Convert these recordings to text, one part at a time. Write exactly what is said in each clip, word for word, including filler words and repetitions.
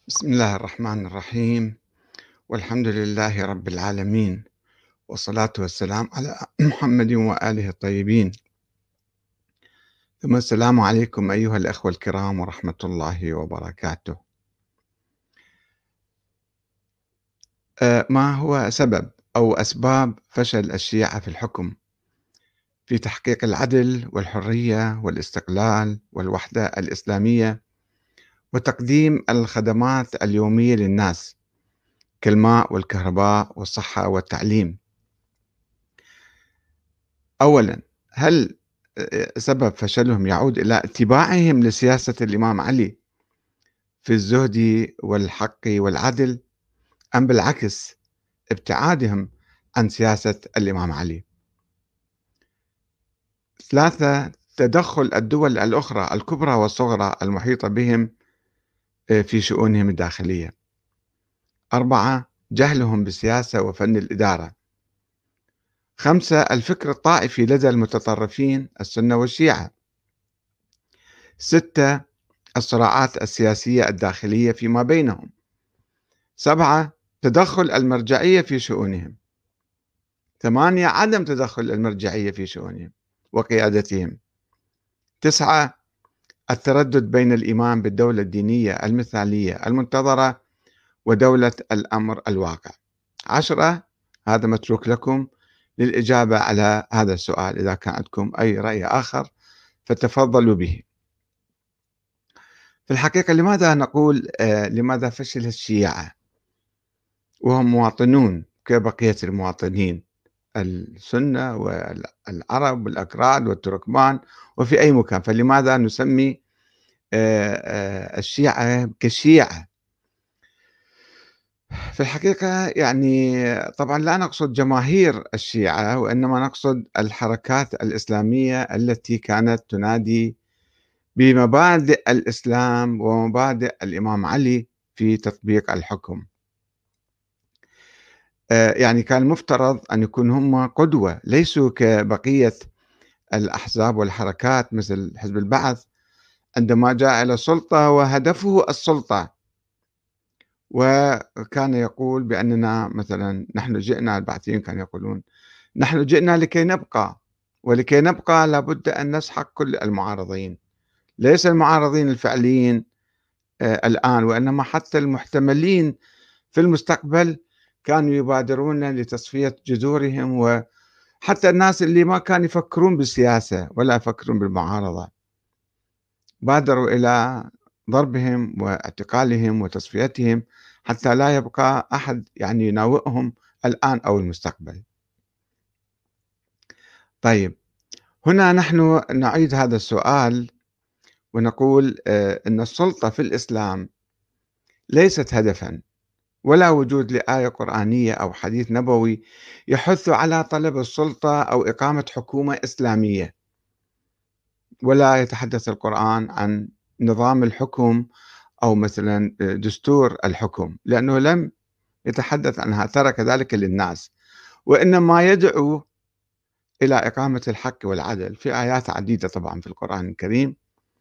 بسم الله الرحمن الرحيم، والحمد لله رب العالمين، والصلاة والسلام على محمد وآله الطيبين. ثم السلام عليكم أيها الأخوة الكرام ورحمة الله وبركاته. آه، ما هو سبب أو أسباب فشل الشيعة في الحكم في تحقيق العدل والحرية والاستقلال والوحدة الإسلامية وتقديم الخدمات اليومية للناس كالماء والكهرباء والصحة والتعليم؟ أولا، هل سبب فشلهم يعود إلى اتباعهم لسياسة الإمام علي في الزهد والحق والعدل، أم بالعكس ابتعادهم عن سياسة الإمام علي؟ ثلاثة، تدخل الدول الأخرى الكبرى والصغرى المحيطة بهم في شؤونهم الداخلية. أربعة، جهلهم بالسياسة وفن الإدارة. خمسة، الفكر الطائفي لدى المتطرفين السنة والشيعة. ستة، الصراعات السياسية الداخلية فيما بينهم. سبعة، تدخل المرجعية في شؤونهم. ثمانية، عدم تدخل المرجعية في شؤونهم وقيادتهم. تسعة، التردد بين الإيمان بالدولة الدينية المثالية المنتظرة ودولة الأمر الواقع. عشرة، هذا متروك لكم للإجابة على هذا السؤال، إذا كان عندكم أي رأي آخر فتفضلوا به. في الحقيقة لماذا نقول آه لماذا فشل الشيعة وهم مواطنون كبقية المواطنين السنة والعرب والأكراد والتركمان وفي أي مكان؟ فلماذا نسمي آه، آه، الشيعة كشيعة؟ في الحقيقة يعني طبعا لا نقصد جماهير الشيعة، وإنما نقصد الحركات الإسلامية التي كانت تنادي بمبادئ الإسلام ومبادئ الإمام علي في تطبيق الحكم. آه، يعني كان المفترض أن يكون هم قدوة، ليسوا كبقية الأحزاب والحركات مثل حزب البعث عندما جاء إلى السلطة وهدفه السلطة، وكان يقول بأننا مثلا نحن جئنا، البعثيين كانوا يقولون نحن جئنا لكي نبقى، ولكي نبقى لابد أن نسحق كل المعارضين، ليس المعارضين الفعليين آه، الآن، وإنما حتى المحتملين في المستقبل كانوا يبادرون لتصفية جذورهم، وحتى الناس اللي ما كانوا يفكرون بالسياسة ولا يفكرون بالمعارضة بادروا إلى ضربهم واعتقالهم وتصفيتهم حتى لا يبقى أحد يعني يناوئهم الآن أو المستقبل. طيب، هنا نحن نعيد هذا السؤال ونقول آه، أن السلطة في الإسلام ليست هدفا، ولا وجود لآية قرآنية أو حديث نبوي يحث على طلب السلطة أو إقامة حكومة إسلامية، ولا يتحدث القرآن عن نظام الحكم أو مثلا دستور الحكم، لأنه لم يتحدث عنها، ترك ذلك للناس، وإنما يدعو إلى إقامة الحق والعدل في آيات عديدة طبعا في القرآن الكريم،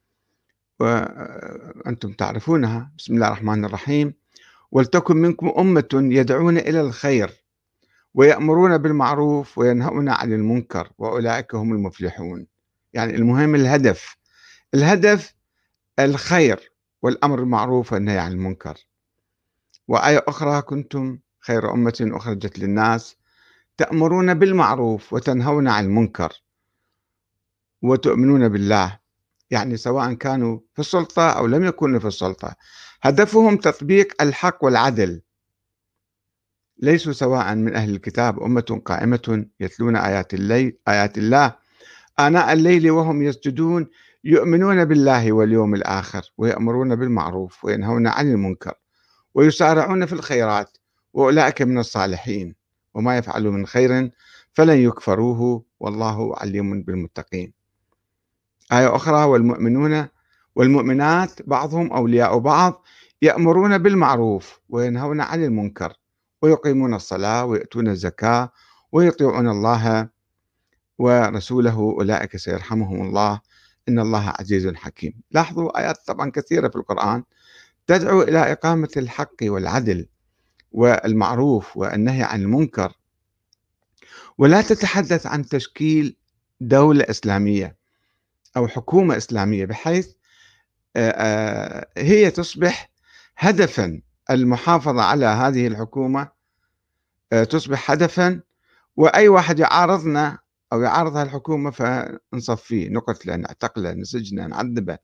وأنتم تعرفونها. بسم الله الرحمن الرحيم: ولتكن منكم أمة يدعون إلى الخير ويأمرون بالمعروف وينهون عن المنكر وأولئك هم المفلحون. يعني المهم الهدف، الهدف الخير والأمر بالمعروف والنهي عن المنكر. وآية أخرى: كنتم خير أمة أخرجت للناس تأمرون بالمعروف وتنهون عن المنكر وتؤمنون بالله. يعني سواء كانوا في السلطة أو لم يكونوا في السلطة، هدفهم تطبيق الحق والعدل. ليسوا سواء من أهل الكتاب أمة قائمة يتلون آيات الليل آيات الله آناء الليل وهم يسجدون يؤمنون بالله واليوم الآخر ويأمرون بالمعروف وينهون عن المنكر ويسارعون في الخيرات وأولئك من الصالحين وما يفعلوا من خير فلن يكفروه والله عليم بالمتقين. آية أخرى: والمؤمنون والمؤمنات بعضهم أولياء بعض يأمرون بالمعروف وينهون عن المنكر ويقيمون الصلاة ويؤتون الزكاة ويطيعون الله ورسوله أولئك سيرحمهم الله إن الله عزيز حكيم. لاحظوا آيات طبعا كثيرة في القرآن تدعو إلى إقامة الحق والعدل والمعروف والنهي عن المنكر، ولا تتحدث عن تشكيل دولة إسلامية أو حكومة إسلامية بحيث آآ آآ هي تصبح هدفًا، المحافظة على هذه الحكومة آآ تصبح هدفًا، وأي واحد يعارضنا أو يعارض هالحكومة فنصفيه، نقتله، نعتقله، نسجنه، نعذبه،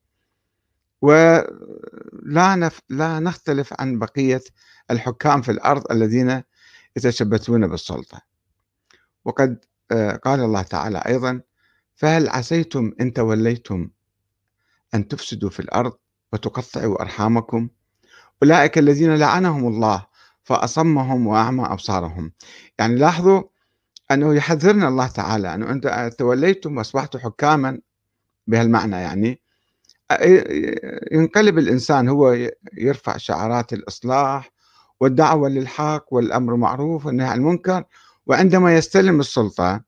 ولا نف لا نختلف عن بقية الحكام في الأرض الذين يتشبثون بالسلطة. وقد آآ قال الله تعالى أيضًا: "فهل عسيتم إن توليتم أن تفسدوا في الأرض وتقطعوا أرحامكم؟ أولئك الذين لعنهم الله فأصمهم وأعمى أبصارهم." يعني لاحظوا أنه يحذرنا الله تعالى أنه أنتم توليتم وأصبحتم حكامًا بهالمعنى يعني، أ ينقلب الإنسان هو ي يرفع شعارات الإصلاح والدعوة للحق والأمر بالمعروف والنهي عن المنكر، وعندما يستلم السلطة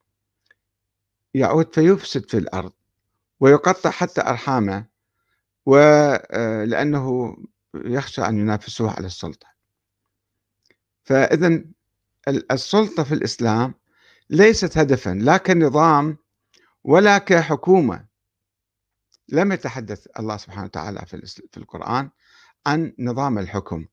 يعود فيفسد في الأرض ويقطع حتى أرحامه، و آآ لأنه يخشى أن ينافسوه على السلطة. فإذًا ال السلطة في الإسلام ليست هدفًا لا كنظام ولا كحكومة. لم يتحدث الله سبحانه وتعالى في الإس في القرآن عن نظام الحكم.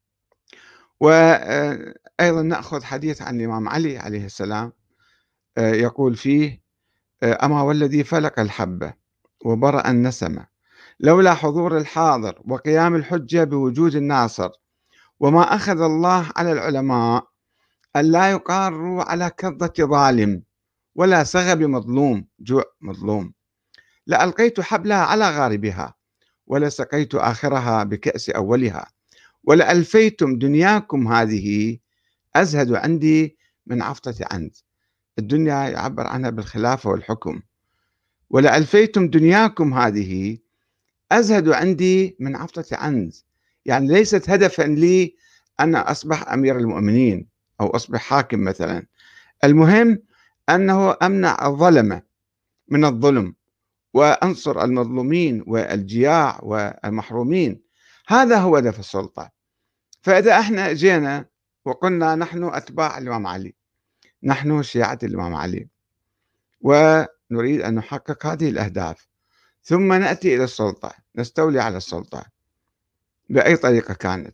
وأيضًا نأخذ حديث عن الإمام علي عليه السلام، آآ يقول فيه: آآ "أما والذي فلق الحبة وبرأ النسمة لولا حضور الحاضر وقيام الحجة بوجود الناصر، وما أخذ الله على العلماء أن لا يقاروا على كظة ظالم ولا سغب مظلوم جوع مظلوم، لألقيت حبلها على غاربها ولسقيت آخرها بكأس أولها، ولألفيتم دنياكم هذه أزهد عندي من عفطة عنز." الدنيا يعبر عنها بالخلافة والحكم. "ولألفيتم دنياكم هذه أزهد عندي من عفطة عنز." يعني ليست هدفًا لي أن أصبح أمير المؤمنين أو أصبح حاكم مثلًا، المهم أنه أمنع الظلمة من الظلم، وأنصر المظلومين والجياع والمحرومين، هذا هو هدف السلطة. فإذا إحنا جينا وقلنا نحن أتباع الإمام علي، نحن شيعة الإمام علي، ونريد أن نحقق هذه الأهداف، ثم نأتي إلى السلطة، نستولي على السلطة بأي طريقة كانت،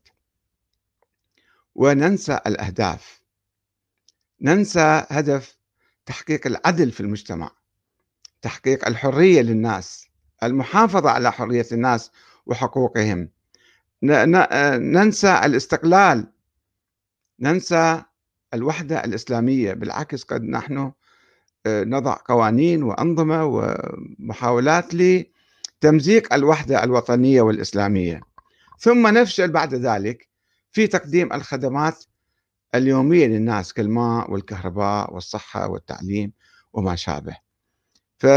وننسى الأهداف، ننسى هدف تحقيق العدل في المجتمع، تحقيق الحرية للناس، المحافظة على حرية الناس وحقوقهم، ن ن ننسى الاستقلال، ننسى الوحدة الإسلامية. بالعكس قد نحن آآ نضع قوانين وأنظمة ومحاولات لتمزيق الوحدة الوطنية والإسلامية، ثم نفشل بعد ذلك في تقديم الخدمات اليومية للناس كالماء والكهرباء والصحة والتعليم وما شابه. ف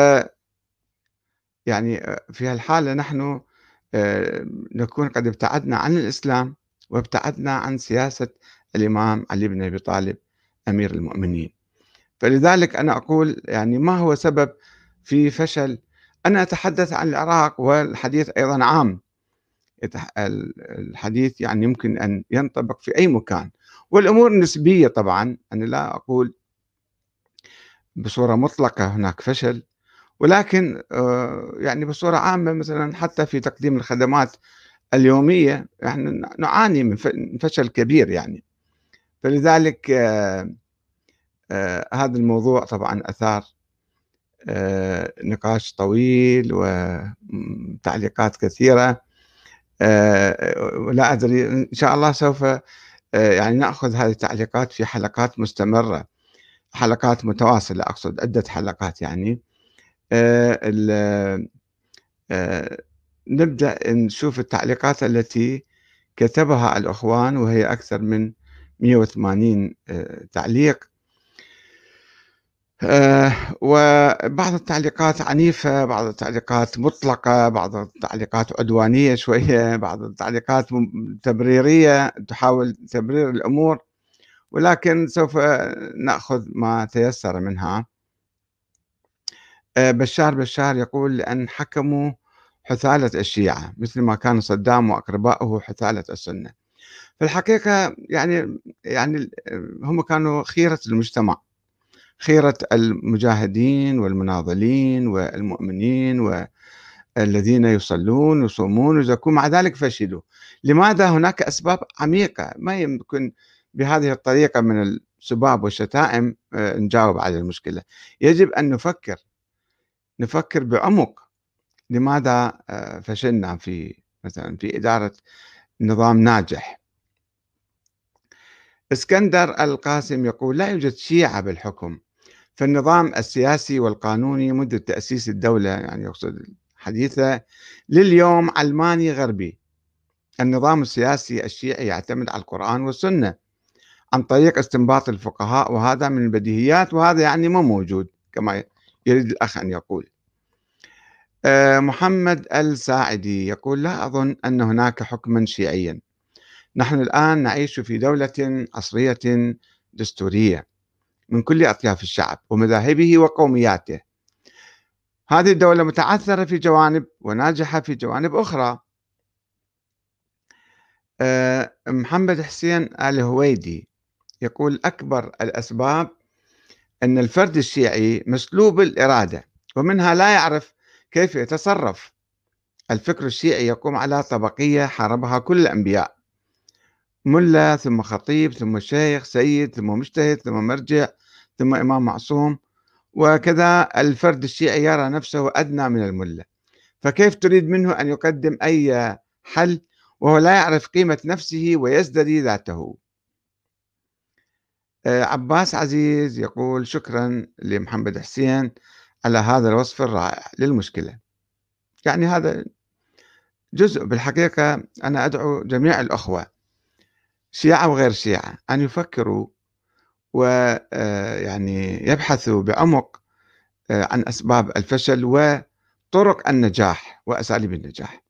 يعني آآ في هالحالة نحن آآ نكون قد ابتعدنا عن الإسلام وابتعدنا عن سياسة الإمام علي بن أبي طالب أمير المؤمنين. فلذلك أنا أقول يعني ما هو سبب في فشل؟ أنا أتحدث عن العراق والحديث أيضًا عام. يتح ال الحديث يعني يمكن أن ينطبق في أي مكان، والأمور نسبية طبعًا، أنا لا أقول بصورة مطلقة هناك فشل، ولكن آآ يعني بصورة عامة مثلًا حتى في تقديم الخدمات اليومية إحنا نعاني من ف من فشل كبير يعني. فلذلك آآ هذا الموضوع طبعًا أثار آآ نقاش طويل وتعليقات كثيرة، آآ ولا أدري إن شاء الله سوف آآ يعني نأخذ هذه التعليقات في حلقات مستمرة، حلقات متواصلة أقصد عدة حلقات يعني. آآ ال آآ نبدأ نشوف التعليقات التي كتبها الأخوان، وهي أكثر من مئة وثمانين آآ تعليق. آآ وبعض التعليقات عنيفة، بعض التعليقات مطلقة، بعض التعليقات عدوانية شوية، بعض التعليقات م تبريرية تحاول تبرير الأمور، ولكن سوف نأخذ ما تيسر منها. آآ بشار بشار يقول: "لأن حكموا حثالة الشيعة مثل ما كان صدام وأقربائه حثالة السنة. في الحقيقة يعني يعني هم كانوا خيرة المجتمع، خيرة المجاهدين والمناضلين والمؤمنين والذين يصلون ويصومون ويزكون، مع ذلك فشلوا. لماذا؟ هناك أسباب عميقة، ما يمكن بهذه الطريقة من السباب والشتائم آه، نجاوب على المشكلة. يجب أن نفكر نفكر بعمق. لماذا آه، فشلنا في مثلا في إدارة نظام ناجح؟ اسكندر القاسم يقول: لا يوجد شيعة بالحكم، فالنظام السياسي والقانوني منذ تأسيس الدولة، يعني يقصد الحديثة، لليوم علماني غربي. النظام السياسي الشيعي يعتمد على القرآن والسنة عن طريق استنباط الفقهاء، وهذا من البديهيات، وهذا يعني مو موجود كما يريد الأخ أن يقول. آه، محمد الساعدي يقول: لا أظن أن هناك حكما شيعيا. نحن الآن نعيش في دولة عصرية دستورية من كل أطياف الشعب ومذاهبه وقومياته. هذه الدولة متعثرة في جوانب وناجحة في جوانب أخرى. أه محمد حسين آل هويدي يقول: أكبر الأسباب أن الفرد الشيعي مسلوب الإرادة، ومنها لا يعرف كيف يتصرف. الفكر الشيعي يقوم على طبقية حاربها كل الأنبياء: ملا ثم خطيب ثم شيخ سيد ثم مجتهد ثم مرجع ثم إمام معصوم. وكذا الفرد الشيعي يرى نفسه أدنى من الملا، فكيف تريد منه أن يقدم أي حل وهو لا يعرف قيمة نفسه ويزدري ذاته؟ آه، عباس عزيز يقول: شكرا لمحمد حسين على هذا الوصف الرائع للمشكلة. يعني هذا جزء بالحقيقة. أنا أدعو جميع الأخوة شيعة وغير شيعة أن يفكروا ويعني يبحثوا بعمق آه، عن أسباب الفشل وطرق النجاح وأساليب النجاح.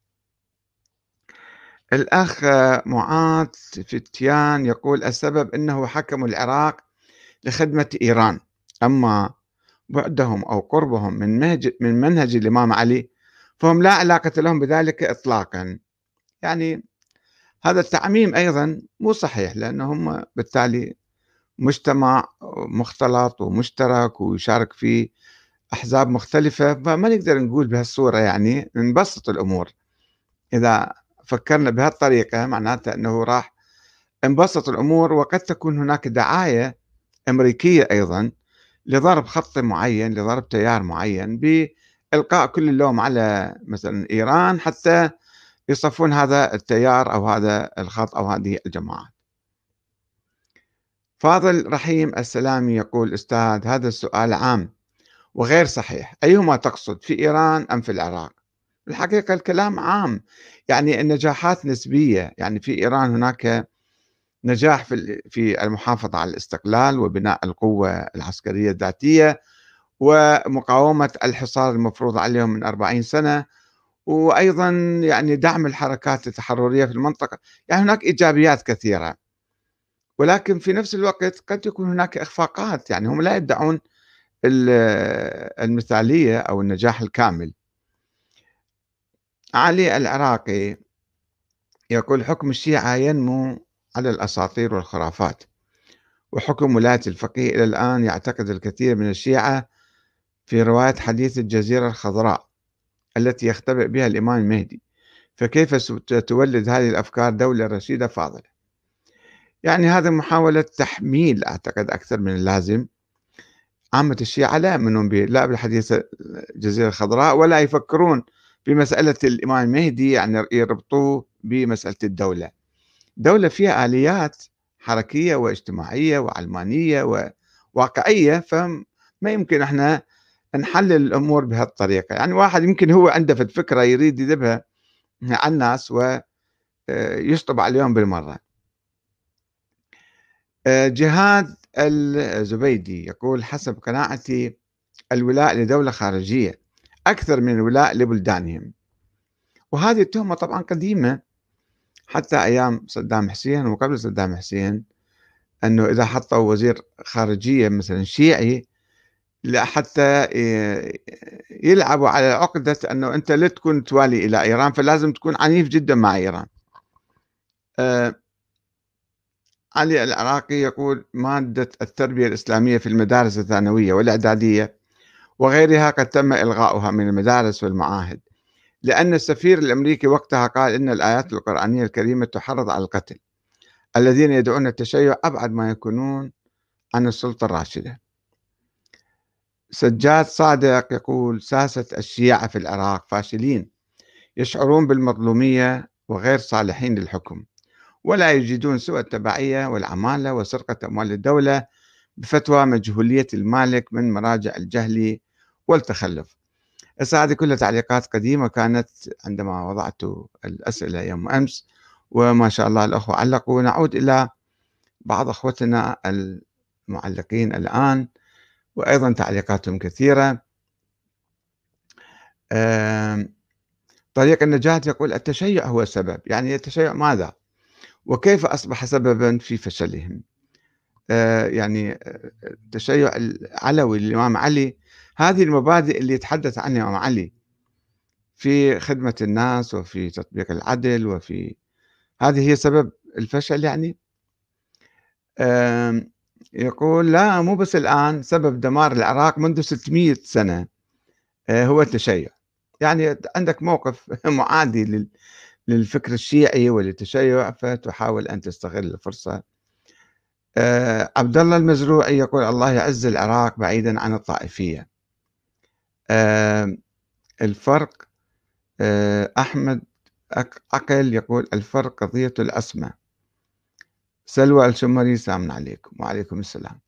الأخ معاذ فتيان يقول: السبب أنه حكموا العراق لخدمة إيران، أما بعدهم أو قربهم من منهج, من منهج الإمام علي فهم لا علاقة لهم بذلك إطلاقا. يعني هذا التعميم أيضا مو صحيح، لأنهم بالتالي مجتمع مختلط ومشترك ويشارك فيه أحزاب مختلفة، فما نقدر نقول بهالصورة، يعني نبسط الأمور. إذا فكرنا بهالطريقة معناته أنه راح انبسط الأمور، وقد تكون هناك دعاية أمريكية أيضا لضرب خط معين، لضرب تيار معين، بإلقاء كل اللوم على مثلا إيران حتى يصفون هذا التيار أو هذا الخط أو هذه الجماعات. فاضل رحيم السلامي يقول: أستاذ، هذا السؤال عام وغير صحيح، أيهما تقصد، في إيران أم في العراق؟ الحقيقة الكلام عام، يعني النجاحات نسبية. يعني في إيران هناك نجاح في في المحافظة على الاستقلال وبناء القوة العسكرية الذاتية ومقاومة الحصار المفروض عليهم من أربعين سنة، وأيضا يعني دعم الحركات التحررية في المنطقة. يعني هناك إيجابيات كثيرة، ولكن في نفس الوقت قد يكون هناك إخفاقات. يعني هم لا يدعون المثالية أو النجاح الكامل. علي العراقي يقول: حكم الشيعة ينمو على الأساطير والخرافات، وحكم ولاية الفقيه إلى الآن يعتقد الكثير من الشيعة في رواية حديث الجزيرة الخضراء التي يختبئ بها الإمام المهدي، فكيف ستولد هذه الأفكار دولة رشيدة فاضلة؟ يعني هذا محاولة تحميل أعتقد أكثر من اللازم. عامة الشيعة لا يؤمنون به، لا بالحديث الجزيرة الخضراء، ولا يفكرون بمسألة الإمام المهدي، يعني يربطوه بمسألة الدولة. دولة فيها آليات حركية واجتماعية وعلمانية وواقعية، فما يمكن احنا نحلل الأمور بهالطريقة. يعني واحد يمكن هو عنده في الفكرة يريد يذبها على الناس ويشطب عليهم بالمرة. جهاد الزبيدي يقول: حسب قناعتي الولاء لدولة خارجية أكثر من الولاء لبلدانهم. وهذه التهمة طبعا قديمة، حتى أيام صدام حسين وقبل صدام حسين، أنه إذا حطوا وزير خارجية مثلا شيعي حتى يلعبوا على عقدة أنه أنت لا تكون توالي إلى إيران، فلازم تكون عنيف جدا مع إيران. آه، علي العراقي يقول مادة التربية الإسلامية في المدارس الثانوية والإعدادية وغيرها قد تم إلغاؤها من المدارس والمعاهد، لأن السفير الأمريكي وقتها قال إن الآيات القرآنية الكريمة تحرض على القتل، الذين يدعون التشيع أبعد ما يكونون عن السلطة الراشدة. سجاد صادق يقول ساسة الشيعة في العراق فاشلين، يشعرون بالمظلومية وغير صالحين للحكم، ولا يجدون سوى التبعية والعمالة وسرقة أموال الدولة بفتوى مجهولية المالك من مراجع الجهل والتخلف. هسه هذه كلها تعليقات قديمة كانت عندما وضعت الأسئلة يوم أمس، وما شاء الله الأخوة علقوا. نعود إلى بعض أخوتنا المعلقين الآن وأيضا تعليقاتهم كثيرة. طريق النجاة يقول التشيع هو السبب، يعني التشيع ماذا وكيف أصبح سببا في فشلهم؟ يعني التشيع العلوي للإمام علي، هذه المبادئ اللي يتحدث عنها الإمام علي في خدمة الناس وفي تطبيق العدل، وفي هذه هي سبب الفشل يعني. يقول لا، مو بس الآن، سبب دمار العراق منذ ستمئة سنة هو التشيع. يعني عندك موقف معادي للفكر الشيعي وللتشيع، فتحاول أن تستغل الفرصة. عبد الله المزروعي يقول الله يعز العراق بعيدا عن الطائفية. الفرق أحمد عقل يقول الفرق قضية الأسمى. سلوى الشمري سلام عليكم. وعليكم السلام.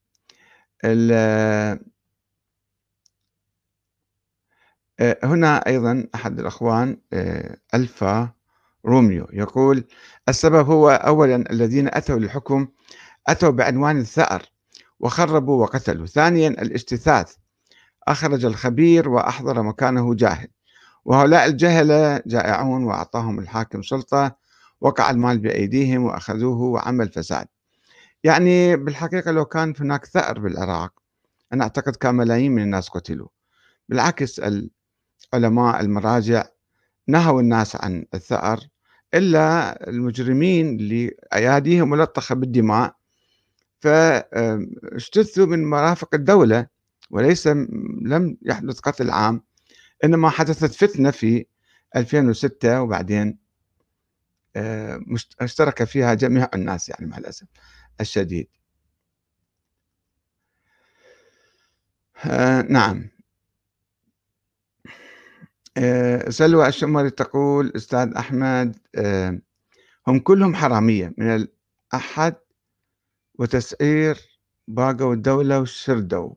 هنا أيضا أحد الأخوان ألفا روميو يقول السبب هو أولا الذين أتوا للحكم أتوا بعنوان الثأر وخربوا وقتلوا. ثانيا الاجتثاث، أخرج الخبير وأحضر مكانه جاهل، وهؤلاء الجهلة جائعون وأعطاهم الحاكم سلطة، وقع المال بأيديهم وأخذوه وعمل فساد. يعني بالحقيقة لو كان هناك ثأر بالعراق أنا أعتقد كان ملايين من الناس قتلوا. بالعكس العلماء المراجع نهوا الناس عن الثأر، إلا المجرمين اللي أياديهم ملطخة بالدماء فاجتثوا من مرافق الدولة، وليس لم يحدث قتل عام، إنما حدثت فتنة في ألفين وستة وبعدين اشترك فيها جميع الناس يعني مع الأسف الشديد. نعم. سلوى الشمري تقول أستاذ أحمد هم كلهم حرامية من الأحد وتسعير باقوا الدولة وشردوا.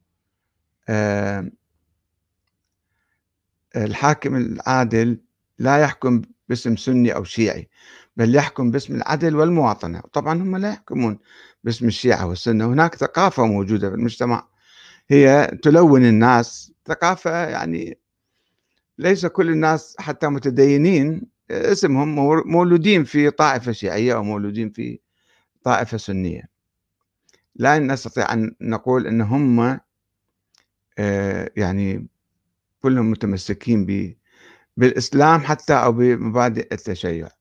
الحاكم العادل لا يحكم باسم سني أو شيعي، بل يحكم باسم العدل والمواطنة. طبعا هم لا يحكمون باسم الشيعة والسنة، هناك ثقافة موجودة في المجتمع هي تلون الناس، ثقافة يعني ليس كل الناس حتى متدينين اسمهم مولودين في طائفة شيعية أو مولودين في طائفة سنية. لا نستطيع أن نقول أن هم يعني كلهم متمسكين بالإسلام حتى أو بمبادئ التشيع.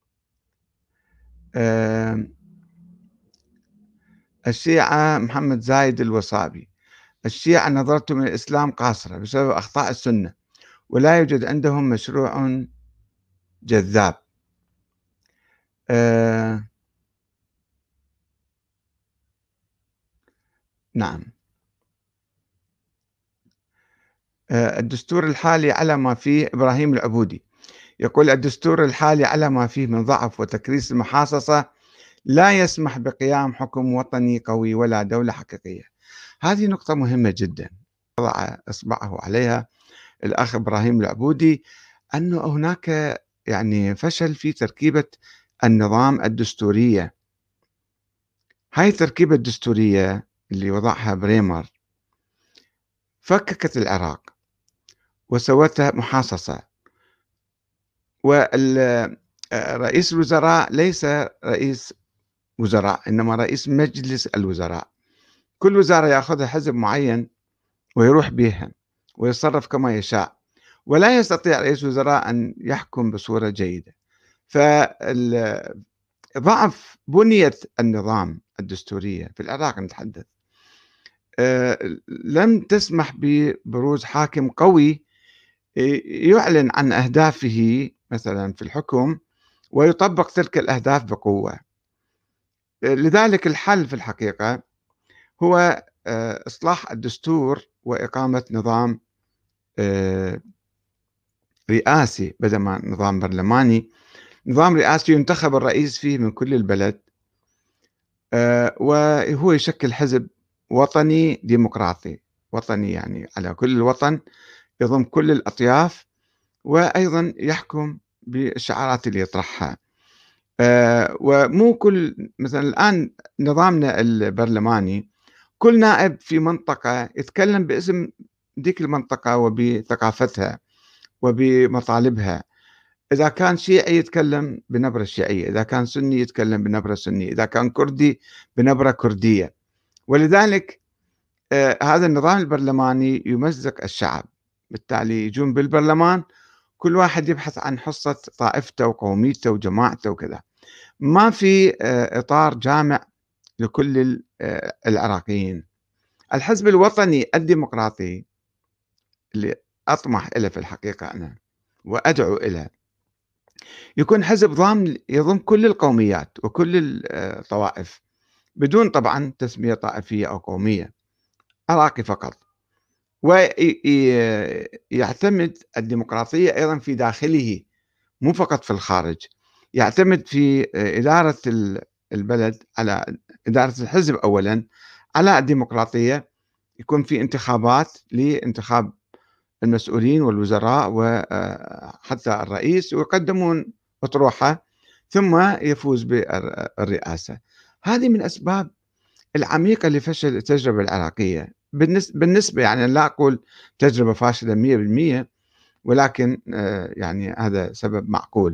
الشيعة محمد زايد الوصابي، الشيعة نظرتهم للإسلام قاصرة بسبب أخطاء السنة، ولا يوجد عندهم مشروع جذاب. آه نعم. آه الدستور الحالي على ما فيه. إبراهيم العبودي يقول الدستور الحالي على ما فيه من ضعف وتكريس المحاصصة لا يسمح بقيام حكم وطني قوي ولا دولة حقيقية. هذه نقطة مهمة جدا وضع إصبعه عليها الأخ إبراهيم العبودي، أنه هناك يعني فشل في تركيبة النظام الدستورية. هاي التركيبة الدستورية اللي وضعها بريمر فككت العراق وسوتها محاصصة، ورئيس الوزراء ليس رئيس وزراء إنما رئيس مجلس الوزراء. كل وزارة يأخذها حزب معين ويروح بها ويتصرف كما يشاء، ولا يستطيع رئيس وزراء أن يحكم بصورة جيدة. فضعف بنية النظام الدستورية في العراق نتحدث، آه، لم تسمح ببروز حاكم قوي يعلن عن أهدافه مثلا في الحكم ويطبق تلك الأهداف بقوة. لذلك الحل في الحقيقة هو آه، إصلاح الدستور وإقامة نظام آه، رئاسي بدل ما نظام برلماني، نظام رئاسي ينتخب الرئيس فيه من كل البلد، آه، وهو يشكل حزب وطني ديمقراطي، وطني يعني على كل الوطن، يضم كل الأطياف، وأيضا يحكم بالشعارات اللي يطرحها. آه، ومو كل مثلا الآن نظامنا البرلماني كل نائب في منطقة يتكلم باسم ذيك المنطقة وبثقافتها وبمطالبها. إذا كان شيعي يتكلم بنبرة شيعية، إذا كان سني يتكلم بنبرة سنية، إذا كان كردي بنبرة كردية. ولذلك آه، هذا النظام البرلماني يمزق الشعب، بالتالي يجون بالبرلمان كل واحد يبحث عن حصة طائفته وقوميته وجماعته وكذا، ما في آه، إطار جامع لكل ال- آه، العراقيين. الحزب الوطني الديمقراطي اللي أطمح إليه في الحقيقة أنا وأدعو إليه، يكون حزب ضامن يضم كل القوميات وكل الطوائف بدون طبعا تسمية طائفية أو قومية، عراقي فقط. ويعتمد الديمقراطية أيضا في داخله مو فقط في الخارج، يعتمد في إدارة البلد على إدارة الحزب أولا على الديمقراطية، يكون في انتخابات لانتخاب المسؤولين والوزراء وحتى الرئيس، ويقدمون أطروحة ثم يفوز بالرئاسة. هذه من أسباب العميقة لفشل التجربة العراقية بالنسبة, بالنسبة يعني لا أقول تجربة فاشلة مئة بالمئة، ولكن يعني هذا سبب معقول.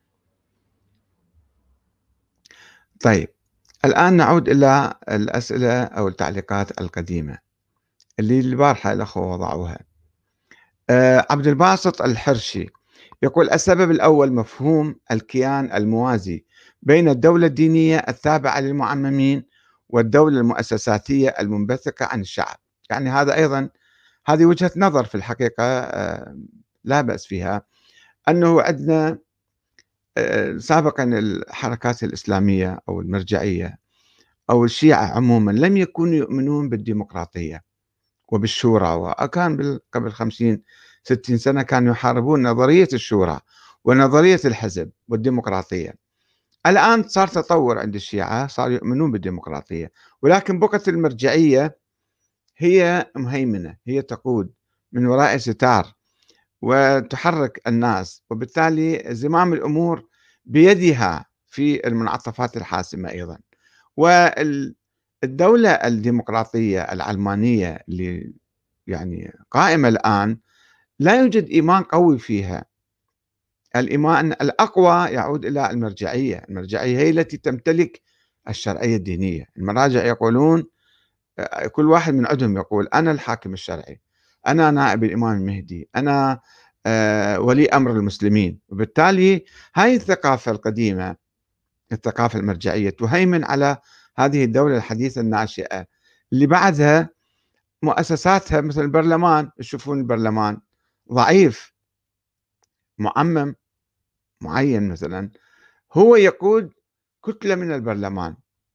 طيب، الآن نعود إلى الأسئلة أو التعليقات القديمة اللي البارحة الأخوة وضعوها. آه، عبد الباسط الحرشي يقول: السبب الأول مفهوم الكيان الموازي بين الدولة الدينية التابعة للمعممين والدولة المؤسساتية المنبثقة عن الشعب. يعني هذا أيضا هذه وجهة نظر في الحقيقة آه، لا بأس فيها، أنه عندنا آه، سابقا الحركات الإسلامية أو المرجعية أو الشيعة عموما لم يكونوا يؤمنون بالديمقراطية وبالشورى، وكان قبل خمسين ستين سنة كانوا يحاربون نظرية الشورى ونظرية الحزب والديمقراطية. الآن صار تطور عند الشيعة، صاروا يؤمنون بالديمقراطية، ولكن بقت المرجعية هي مهيمنة، هي تقود من وراء ستار وتحرك الناس، وبالتالي زمام الأمور بيدها في المنعطفات الحاسمة أيضا. والدولة الديمقراطية العلمانية اللي يعني قائمة الآن لا يوجد إيمان قوي فيها. الإيمان الأقوى يعود إلى المرجعية، المرجعية هي التي تمتلك الشرعية الدينية. المراجع يقولون كل واحد من عندهم يقول: أنا الحاكم الشرعي، أنا نائب الإمام المهدي، أنا ولي أمر المسلمين. وبالتالي هاي الثقافة القديمة، الثقافة المرجعية، تهيمن على هذه الدولة الحديثة الناشئة اللي بعدها مؤسساتها مثل البرلمان. تشوفون البرلمان ضعيف، معمم معين مثلا هو يقود كتلة من البرلمان،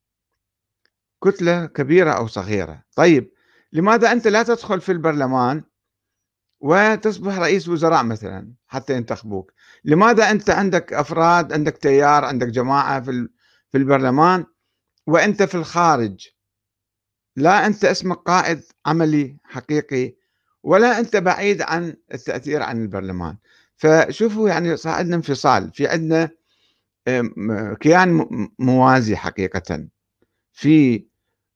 كتلة كبيرة أو صغيرة. طيب، لماذا أنت لا تدخل في البرلمان وتصبح رئيس وزراء مثلا حتى ينتخبوك؟ لماذا أنت عندك أفراد، عندك تيار، عندك جماعة في في البرلمان وأنت في الخارج؟ لا أنت اسمك قائد عملي حقيقي، ولا أنت بعيد عن التأثير عن البرلمان. فشوفوا يعني صار عندنا انفصال، في عندنا كيان موازي حقيقة، في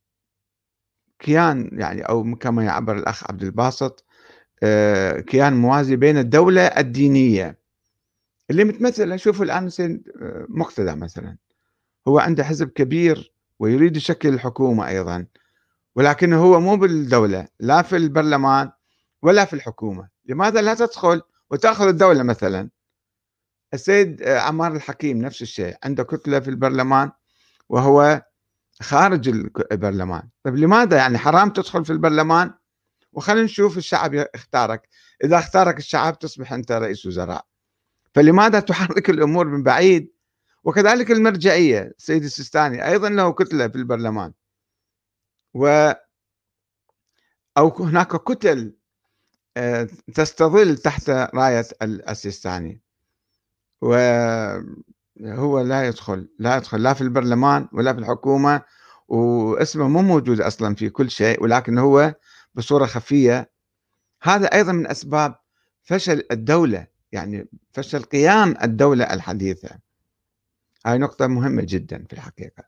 كيان يعني أو كما يعبر الأخ عبد الباسط آه، كيان موازي بين الدولة الدينية اللي متمثلة. شوفوا الآن سيد مقتدى مثلا، هو عنده حزب كبير ويريد يشكل الحكومة أيضا، ولكنه هو مو بالدولة، لا في البرلمان ولا في الحكومة. لماذا لا تدخل وتأخذ الدولة مثلا؟ السيد عمار الحكيم نفس الشيء، عنده كتلة في البرلمان وهو خارج البرلمان. طيب لماذا يعني حرام تدخل في البرلمان وخلينا نشوف الشعب يختارك؟ إذا اختارك الشعب تصبح أنت رئيس وزراء. فلماذا تحرك الأمور من بعيد؟ وكذلك المرجعية، السيد السيستاني أيضا له كتلة في البرلمان، و أو هناك كتل آه، تستظل تحت راية السيستاني، وهو لا يدخل لا يدخل لا في البرلمان ولا في الحكومة، واسمه مو موجود أصلا في كل شيء، ولكن هو بصورة خفية. هذا أيضا من أسباب فشل الدولة، يعني فشل قيام الدولة الحديثة. هاي نقطة مهمة جدا في الحقيقة.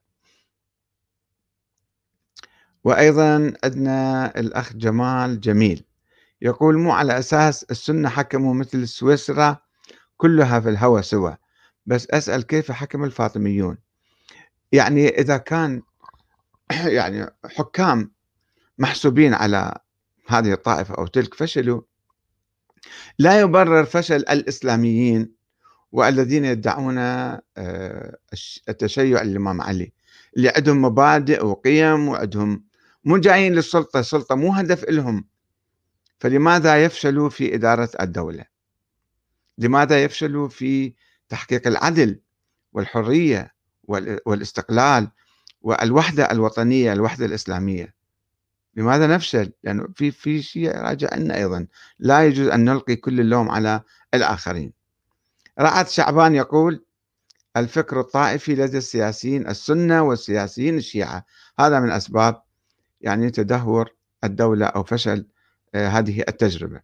وأيضا عندنا الأخ جمال جميل يقول: مو على أساس السنة حكموا مثل سويسرا كلها في الهوى سوا، بس أسأل كيف حكم الفاطميون؟ يعني إذا كان يعني حكام محسوبين على هذه الطائفة أو تلك فشلوا، لا يبرر فشل الإسلاميين والذين يدعون آه، التشيع الإمام علي، اللي عندهم مبادئ وقيم وعندهم، مو جايين للسلطة، السلطة مو هدف لهم. فلماذا يفشلوا في إدارة الدولة؟ لماذا يفشلوا في تحقيق العدل والحرية والاستقلال والوحدة الوطنية، الوحدة الإسلامية؟ لماذا نفشل؟ لأنه في في شيء راجع لنا أيضا، لا يجوز أن نلقي كل اللوم على الآخرين. رعد شعبان يقول: الفكر الطائفي لدى السياسيين السنة والسياسيين الشيعة، هذا من أسباب يعني تدهور الدولة أو فشل آه، هذه التجربة.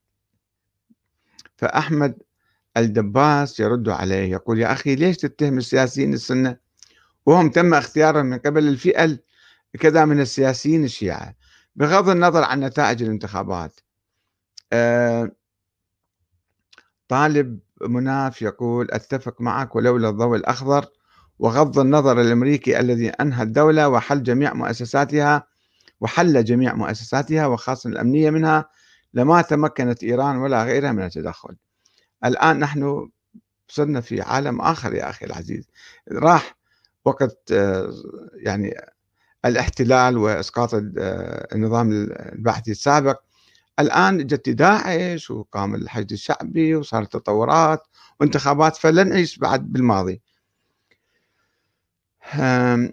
فأحمد الدباس يرد عليه يقول: يا أخي ليش تتهم السياسيين السنة وهم تم اختيارهم من قبل الفئة كذا من السياسيين الشيعة بغض النظر عن نتائج الانتخابات؟ آه طالب مناف يقول: أتفق معك ولولا الضوء الأخضر وغض النظر الأمريكي الذي أنهى الدولة وحل جميع مؤسساتها وحل جميع مؤسساتها وخاصة الأمنية منها، لما تمكنت إيران ولا غيرها من التدخل. الآن نحن صرنا في عالم آخر يا أخي العزيز. راح وقت آه، يعني الاحتلال وإسقاط آه، النظام البعثي السابق، الآن جت داعش وقام الحشد الشعبي وصارت تطورات وانتخابات، فلن نعيش بعد بالماضي. آه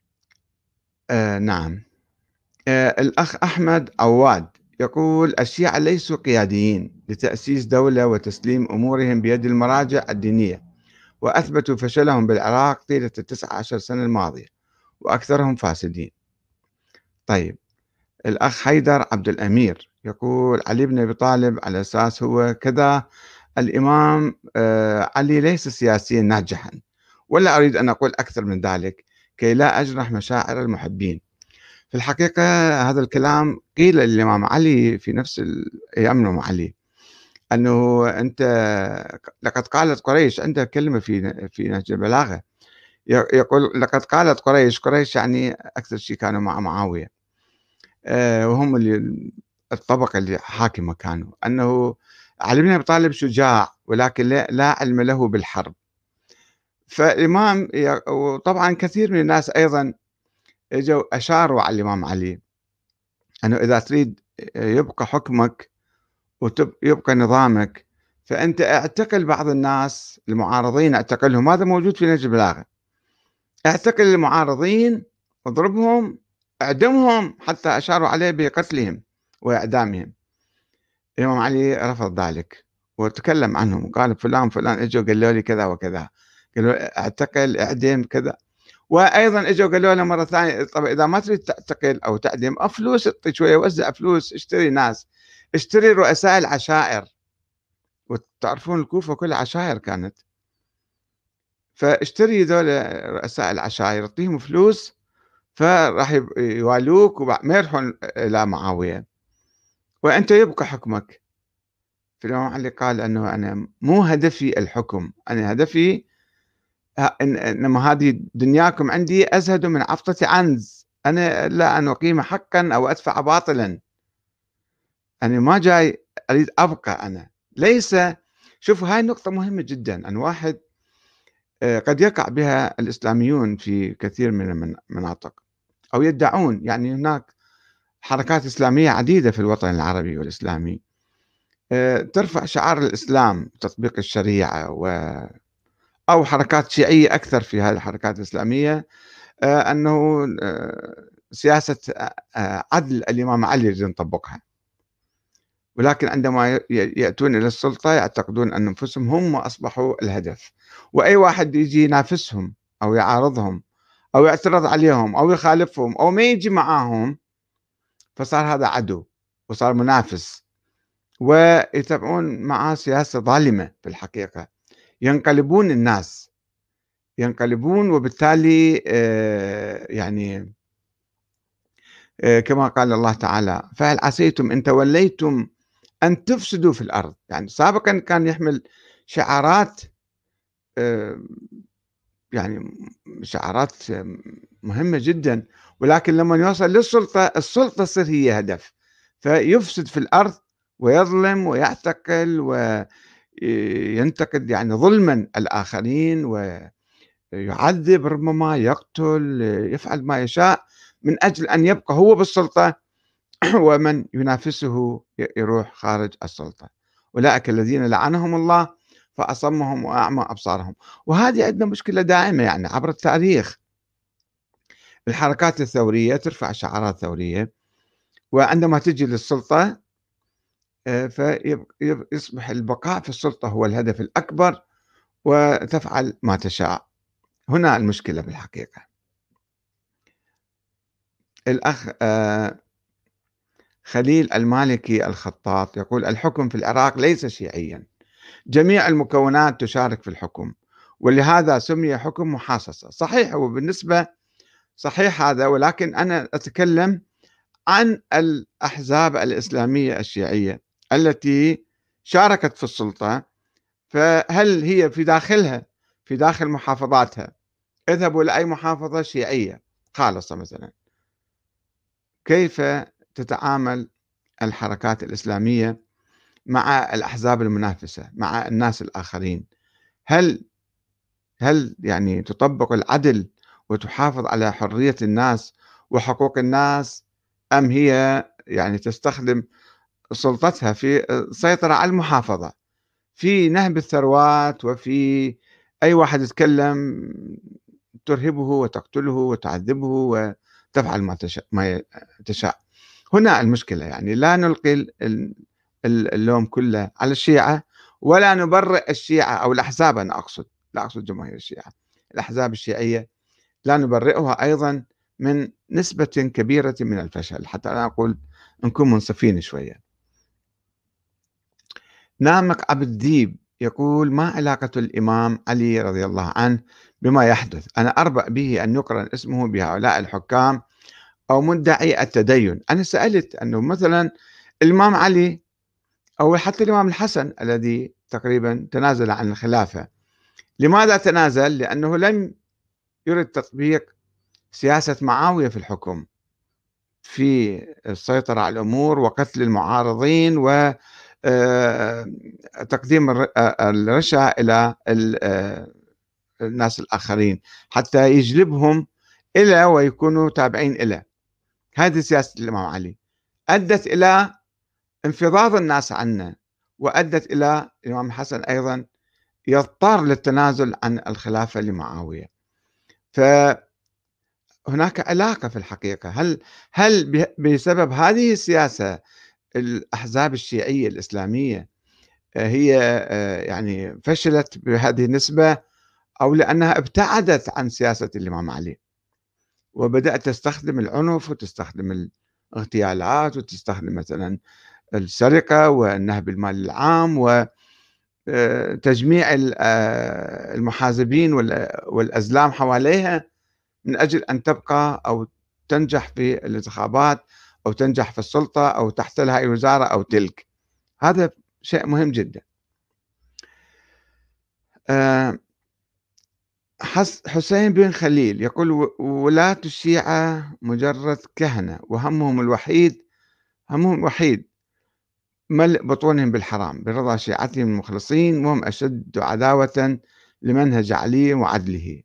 نعم. آه الأخ أحمد عواد يقول: الشيعة ليسوا قياديين لتأسيس دولة وتسليم أمورهم بيد المراجع الدينية، وأثبتوا فشلهم بالعراق طيلة التسعة عشر سنة الماضية، وأكثرهم فاسدين. طيب، الأخ حيدر عبد الأمير يقول: علي بن أبي طالب على أساس هو كذا، الإمام آه علي ليس سياسيا ناجحا، ولا أريد أن أقول أكثر من ذلك كي لا أجرح مشاعر المحبين. في الحقيقة هذا الكلام قيل للإمام علي في نفس أيام الإمام علي، أنه أنت لقد قالت قريش، عنده كلمة في في نهج البلاغة يقول: لقد قالت قريش، قريش يعني أكثر شيء كانوا مع معاوية آه وهم اللي الطبقة اللي حاكمة، كانوا أنه علي بن أبي طالب شجاع ولكن لا, لا علم له بالحرب. فالإمام، وطبعا كثير من الناس أيضا اجوا أشاروا على الإمام علي أنه إذا تريد يبقى حكمك ويبقى نظامك فأنت اعتقل بعض الناس المعارضين، اعتقلهم، هذا موجود في نهج البلاغة. اعتقل المعارضين، اضربهم، اعدمهم، حتى أشاروا عليه بقتلهم وإعدامهم. الإمام علي رفض ذلك وتكلم عنهم وقال: فلان فلان اجوا قالوا لي كذا وكذا، قالوا اعتقل، اعدم كذا. وايضا اجوا قالوا له مره ثانيه: طب اذا ما تريد تعتقل او تعدم، فلوس اعطي شويه، وزع فلوس، اشتري ناس، اشتري رؤساء العشائر. وتعرفون الكوفه كلها عشائر كانت، فاشتري ذول رؤساء العشائر، اعطيهم فلوس فراح يوالوك وما يروحون الى معاويه وانت يبقى حكمك. فالإمام علي قال انه انا مو هدفي الحكم، انا هدفي إن انما هذه دنياكم عندي ازهد من عفطة عنز، أنا لا أن أقيم حقًا أو أدفع باطلًا، أنا ما جاي أريد أبقى أنا، ليس. شوفوا هاي النقطة مهمة جدًا، أن واحد آآ قد يقع بها الإسلاميون في كثير من المن المناطق، أو يدعون، يعني هناك حركات إسلامية عديدة في الوطن العربي والإسلامي، آآ ترفع شعار الإسلام، تطبيق الشريعة، و أو حركات شيعية أكثر في هذه الحركات الإسلامية، آآ أنه آآ سياسة آآ عدل الإمام علي يريد نطبقها، ولكن عندما ي يأتون إلى السلطة يعتقدون أن أنفسهم هم أصبحوا الهدف، وأي واحد ييجي ينافسهم أو يعارضهم أو يعترض عليهم أو يخالفهم أو ما ييجي معاهم، فصار هذا عدو وصار منافس، ويتبعون معاه سياسة ظالمة في الحقيقة، ينقلبون الناس، ينقلبون، وبالتالي آآ يعني آآ كما قال الله تعالى: "فهل عسيتم إن توليتم أن تفسدوا في الأرض." يعني سابقًا كان يحمل شعارات، آآ يعني شعارات مهمة جدًا، ولكن لمن يوصل للسلطة، السلطة تصير هي هدف، فيفسد في الأرض ويظلم ويعتقل وينتقد يعني ظلمًا الآخرين، ويعذب، ربما يقتل، يفعل ما يشاء من أجل أن يبقى هو بالسلطة ومن ينافسه ي يروح خارج السلطة. أولئك الذين لعنهم الله فأصمهم وأعمى أبصارهم. وهذه عندنا مشكلة دائمة يعني عبر التاريخ، الحركات الثورية ترفع شعارات ثورية، وعندما تجي للسلطة آآ فيب يب يصبح البقاء في السلطة هو الهدف الأكبر، وتفعل ما تشاء. هنا المشكلة بالحقيقة. الأخ آآ خليل المالكي الخطاط يقول: "الحكم في العراق ليس شيعيًا، جميع المكونات تشارك في الحكم، ولهذا سُمي حكم محاصصة." صحيح، هو بالنسبة صحيح هذا، ولكن أنا أتكلم عن الأحزاب الإسلامية الشيعية التي شاركت في السلطة، فهل هي في داخلها، في داخل محافظاتها، اذهبوا لأي محافظة شيعية خالصة مثلًا، كيف تتعامل الحركات الإسلامية مع الأحزاب المنافسة، مع الناس الآخرين؟ هل هل يعني تطبق العدل وتحافظ على حرية الناس وحقوق الناس، أم هي يعني تستخدم سلطتها في السيطرة على المحافظة، في نهب الثروات، وفي أي واحد يتكلم ترهبه وتقتله وتعذبه وتفعل ما تشاء ما تشاء. هنا المشكلة، يعني لا نلقي ال ال اللوم كله على الشيعة، ولا نبرئ الشيعة أو الأحزاب، أنا أقصد، لا أقصد جماهير الشيعة، الأحزاب الشيعية لا نبرئها أيضا من نسبة كبيرة من الفشل، حتى لا أقول نكون منصفين شوية. نامك عبد الديب يقول: ما علاقة الإمام علي رضي الله عنه بما يحدث؟ أنا أربأ به أن يقرن اسمه بهؤلاء الحكام أو مدعي التدين. أنا سألت أنه مثلا الإمام علي أو حتى الإمام الحسن الذي تقريبا تنازل عن الخلافة، لماذا تنازل؟ لأنه لم يرد تطبيق سياسة معاوية في الحكم، في السيطرة على الأمور وقتل المعارضين و آآ تقديم الر أ الرشا إلى ال آآ الناس الآخرين، حتى يجلبهم إلى ويكونوا تابعين إله. هذه سياسة الإمام علي، أدت إلى انفضاض الناس عنه، وأدت إلى الإمام الحسن أيضًا يضطر للتنازل عن الخلافة لمعاوية. فهناك علاقة في الحقيقة. هل هل ب بسبب هذه السياسة الأحزاب الشيعية الإسلامية هي آآ يعني فشلت بهذه النسبة، أو لأنها ابتعدت عن سياسة الإمام علي، وبدأت تستخدم العنف وتستخدم الاغتيالات وتستخدم مثلًا السرقة والنهب المال العام و آآ تجميع ال آآ المحازبين وال والأزلام حواليها من أجل أن تبقى أو تنجح في الانتخابات أو تنجح في السلطة أو تحتل هاي الوزارة أو تلك. هذا شيء مهم جدًا. آآ حس حسين بن خليل يقول: و ولاة الشيعة مجرد كهنة، وهمهم الوحيد همهم وحيد ملء بطونهم بالحرام برضا شيعتهم المخلصين، وهم أشد عداوة لمنهج علي وعدله.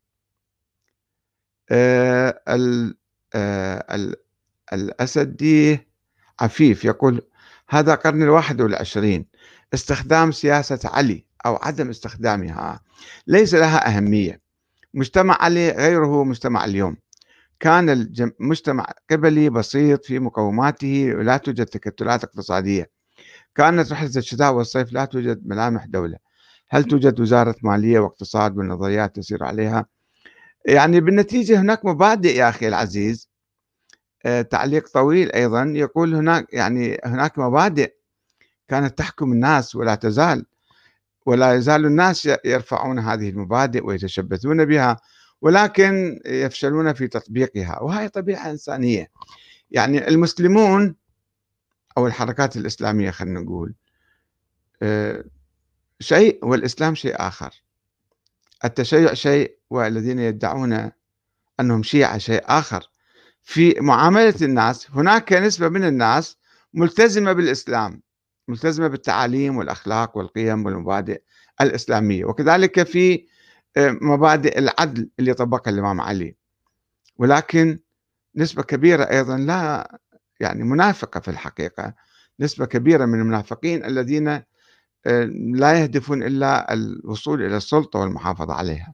آآ ال آآ ال الأسدي عفيف يقول: هذا قرن الواحد والعشرين، استخدام سياسة علي أو عدم استخدامها ليس لها أهمية. مجتمع علي غيره مجتمع اليوم. كان الجم مجتمع قبلي بسيط في مقوماته ولا توجد تكتلات اقتصادية. كانت رحلة الشتاء والصيف لا توجد ملامح دولة. هل توجد وزارة مالية واقتصاد والنظريات تسير عليها؟ يعني بالنتيجة هناك مبادئ يا أخي العزيز. آآ تعليق طويل أيضًا يقول: هناك يعني هناك مبادئ كانت تحكم الناس ولا تزال، ولا يزال الناس ي يرفعون هذه المبادئ ويتشبثون بها، ولكن يفشلون في تطبيقها، وهي طبيعة إنسانية. يعني المسلمون أو الحركات الإسلامية خلينا نقول آآ شيء والإسلام شيء آخر. التشيع شيء والذين يدعون أنهم شيعة شيء آخر. في معاملة الناس هناك نسبة من الناس ملتزمة بالإسلام، ملتزمة بالتعاليم والأخلاق والقيم والمبادئ الإسلامية، وكذلك في آه، مبادئ العدل اللي طبقها الإمام علي. ولكن نسبة كبيرة أيضا لا، يعني منافقة في الحقيقة. نسبة كبيرة من المنافقين الذين آه، لا يهدفون إلا الوصول إلى السلطة والمحافظة عليها.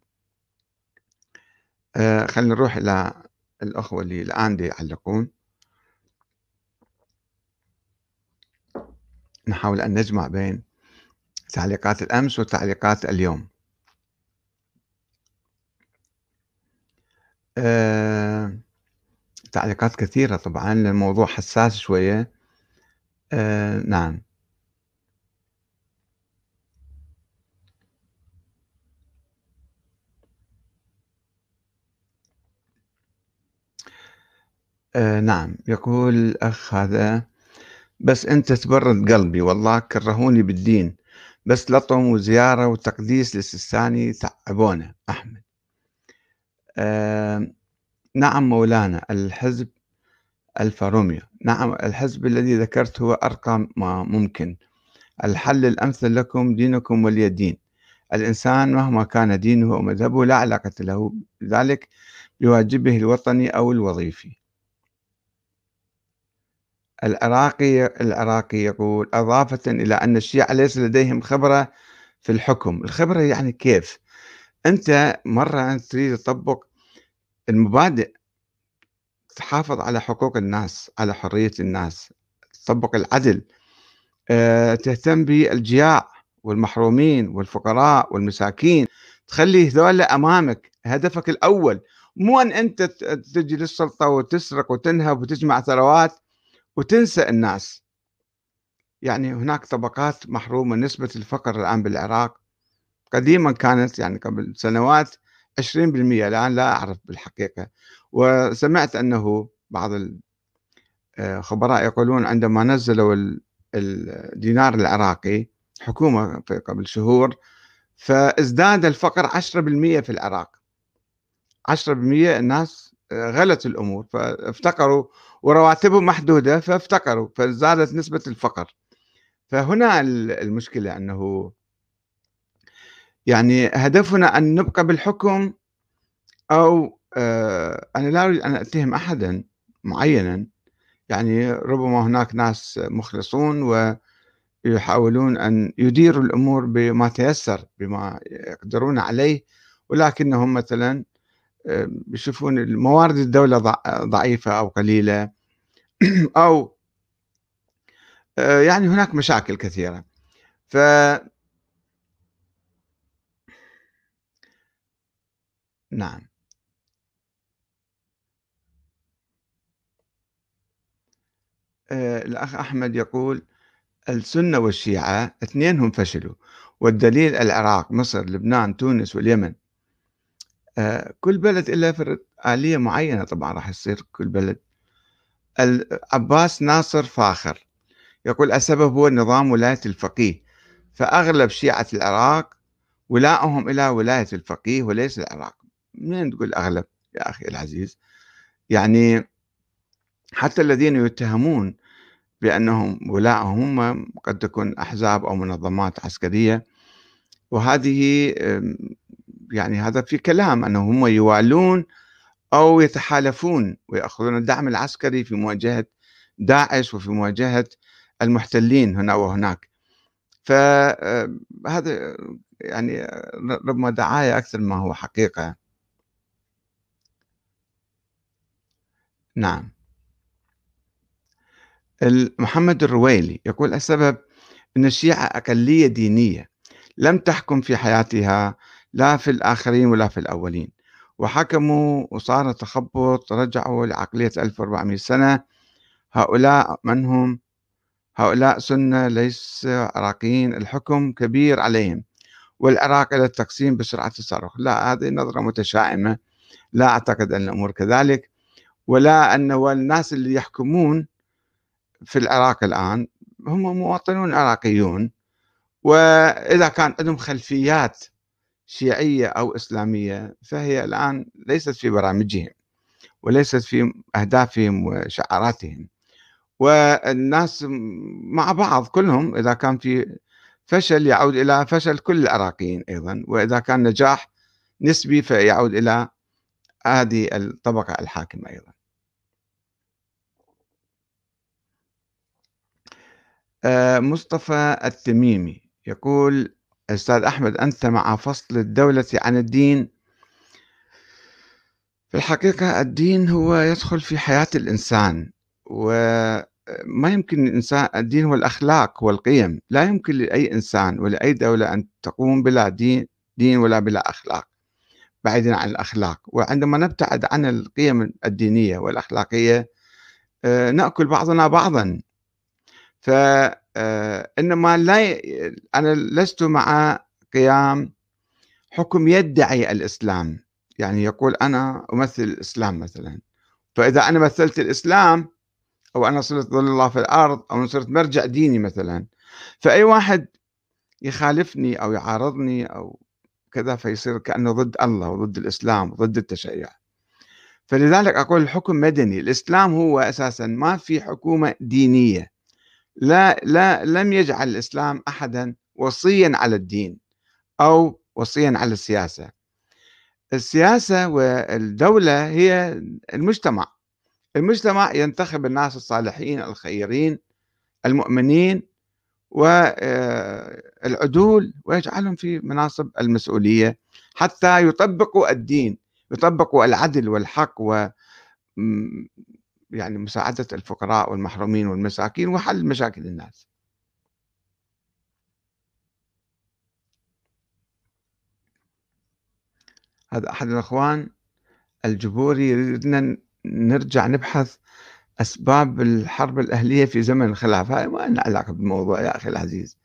آه، خلينا نروح إلى الأخوة اللي الآن دي يعلقون. نحاول أن نجمع بين تعليقات الأمس وتعليقات اليوم. أه تعليقات كثيرة طبعا، الموضوع حساس شوية. أه نعم. أه نعم، يقول الأخ هذا: بس أنت تبرد قلبي، والله كرهوني بالدين، بس لطم وزيارة وتقديس للسيستاني تعبونا. أحمد: أه نعم مولانا، الحزب الفارومية، نعم الحزب الذي ذكرت هو أرقى ما ممكن. الحل الأمثل لكم دينكم ولي دين. الإنسان مهما كان دينه ومذهبه لا علاقة له بذلك بواجبه الوطني أو الوظيفي. العراقي العراقي يقول: إضافة إلى أن الشيعة ليس لديهم خبرة في الحكم. الخبرة يعني كيف؟ أنت مرة أنت تريد تطبق المبادئ، تحافظ على حقوق الناس، على حرية الناس، تطبق العدل، أه، تهتم بالجياع والمحرومين والفقراء والمساكين، تخلي هذول أمامك هدفك الأول، مو أن أنت ت- تجي للسلطة وتسرق وتنهب وتجمع ثروات وتنسى الناس. يعني هناك طبقات محرومة. نسبة الفقر الآن بالعراق قديما كانت يعني قبل سنوات عشرين بالمئة، الآن لا أعرف بالحقيقة. وسمعت أنه بعض الخبراء يقولون عندما نزلوا ال- الدينار العراقي حكومة في قبل شهور، فازداد الفقر عشرة بالمئة في العراق. عشرة بالمئة الناس آه، غلت الأمور فافتقروا، ورواتبهم محدودة فافتقروا، فزادت نسبة الفقر. فهنا ال- المشكلة أنه يعني هدفنا أن نبقى بالحكم، أو آه، أنا لا أريد أن أتهم أحدا معينا. يعني ربما هناك ناس مخلصون ويحاولون أن يديروا الأمور بما تيسر بما يقدرون عليه، ولكنهم مثلا آه، يشوفون الموارد الدولة ضع- ضعيفة أو قليلة أو آه، يعني هناك مشاكل كثيرة. ف نعم. آه، الأخ أحمد يقول: السنة والشيعة اثنينهم فشلوا، والدليل العراق، مصر، لبنان، تونس، واليمن. آه، كل بلد إلا فرد آلية معينة طبعا راح يصير كل بلد. عباس ناصر فاخر يقول: السبب هو نظام ولاية الفقيه، فأغلب شيعة العراق ولاءهم إلى ولاية الفقيه وليس العراق. منين تقول أغلب يا أخي العزيز؟ يعني حتى الذين يتهمون بأنهم ولاء هم قد تكون أحزاب أو منظمات عسكرية، وهذه آمم، يعني هذا في كلام أنه هم يوالون أو يتحالفون ويأخذون الدعم العسكري في مواجهة داعش وفي مواجهة المحتلين هنا وهناك. فهذا يعني ربما دعاية أكثر ما هو حقيقة. نعم. ال محمد الرويلي يقول: السبب أن الشيعة أقلية دينية لم تحكم في حياتها لا في الآخرين ولا في الأولين، وحكموا وصار تخبط، رجعوا لعقلية ألف وأربعمئة سنة. هؤلاء من هم؟ هؤلاء سنة ليس عراقيين، الحكم كبير عليهم، والعراق إلى التقسيم بسرعة الصاروخ. لا، هذه نظرة متشائمة، لا أعتقد أن الأمور كذلك، ولا أن الناس اللي يحكمون في العراق الآن هم مواطنون عراقيون، وإذا كان عندهم خلفيات شيعية أو إسلامية فهي الآن ليست في برامجهم وليست في أهدافهم وشعاراتهم. والناس مع بعض كلهم، إذا كان في فشل يعود إلى فشل كل العراقيين أيضا، وإذا كان نجاح نسبي فيعود إلى هذه الطبقة الحاكمة أيضا. آه، مصطفى التميمي يقول: أستاذ أحمد، أنت مع فصل الدولة عن الدين؟ في الحقيقة الدين هو يدخل في حياة الإنسان، وما يمكن الإنسان، الدين هو الأخلاق والقيم، لا يمكن لأي إنسان ولأي دولة أن تقوم بلا دين دين ولا بلا أخلاق، بعيدا عن الأخلاق. وعندما نبتعد عن القيم الدينية والأخلاقية آه، نأكل بعضنا بعضا. فإنما لا ي... أنا لست مع قيام حكم يدعي الإسلام، يعني يقول أنا أمثل الإسلام مثلا، فإذا أنا مثلت الإسلام أو أنا صرت ظل الله في الأرض أو صرت مرجع ديني مثلا، فأي واحد يخالفني أو يعارضني أو كذا فيصير كأنه ضد الله وضد الإسلام وضد التشيع. فلذلك أقول الحكم مدني. الإسلام هو أساسا ما في حكومة دينية، لا لا لم يجعل الإسلام أحدا وصيا على الدين أو وصيا على السياسة. السياسة والدولة هي المجتمع. المجتمع ينتخب الناس الصالحين الخيرين المؤمنين والعدول ويجعلهم في مناصب المسؤولية حتى يطبقوا الدين، يطبقوا العدل والحق و يعني مساعدة الفقراء والمحرومين والمساكين وحل مشاكل الناس. هذا أحد الأخوان الجبوري يريدنا نرجع نبحث أسباب الحرب الأهلية في زمن الخلافة. هاي ما لنا علاقة بالموضوع يا أخي العزيز.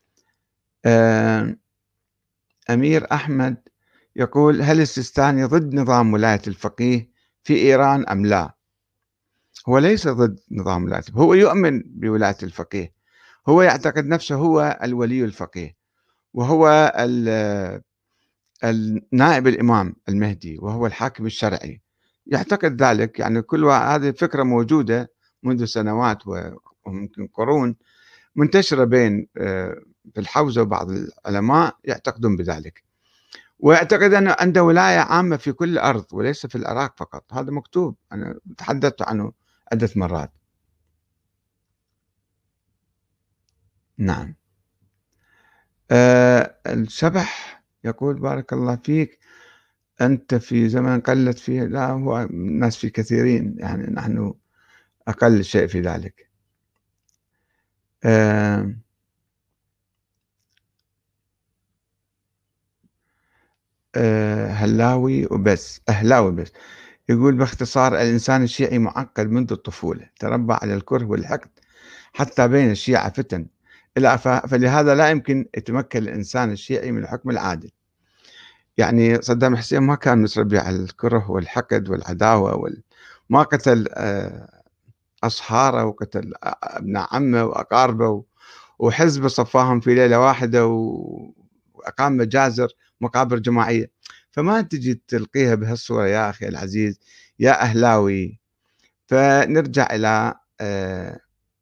أمير أحمد يقول: هل السيستاني ضد نظام ولاية الفقيه في إيران أم لا؟ هو ليس ضد نظام ولاية الفقيه، هو يؤمن بولاية الفقيه، هو يعتقد نفسه هو الولي الفقيه، وهو النائب الإمام المهدي، وهو الحاكم الشرعي، يعتقد ذلك. يعني كل هذه الفكرة موجودة منذ سنوات وممكن قرون، منتشرة بين في الحوزة وبعض العلماء يعتقدون بذلك، ويعتقد أنه عنده ولاية عامة في كل الأرض وليس في العراق فقط. هذا مكتوب، أنا تحدثت عنه عدة مرات. نعم. أه الشبح يقول: بارك الله فيك، أنت في زمن قلت فيه، لا هو الناس في كثيرين، يعني نحن أقل شيء في ذلك. أه أه هلاوي وبس أهلاوي بس يقول: باختصار، الإنسان الشيعي معقد منذ الطفولة، تربى على الكره والحقد، حتى بين الشيعة فتن، إلى فلهذا لا يمكن يتمكن الإنسان الشيعي من الحكم العادل. يعني صدام حسين ما كان متربي على الكره والحقد والعداوة وال... ما قتل أصهاره وقتل ابن عمه وأقاربه وحزبه صفاهم في ليلة واحدة وأقام مجازر مقابر جماعية. فما تجي تلقيها بهالصورة يا أخي العزيز يا أهلاوي. فنرجع إلى آه،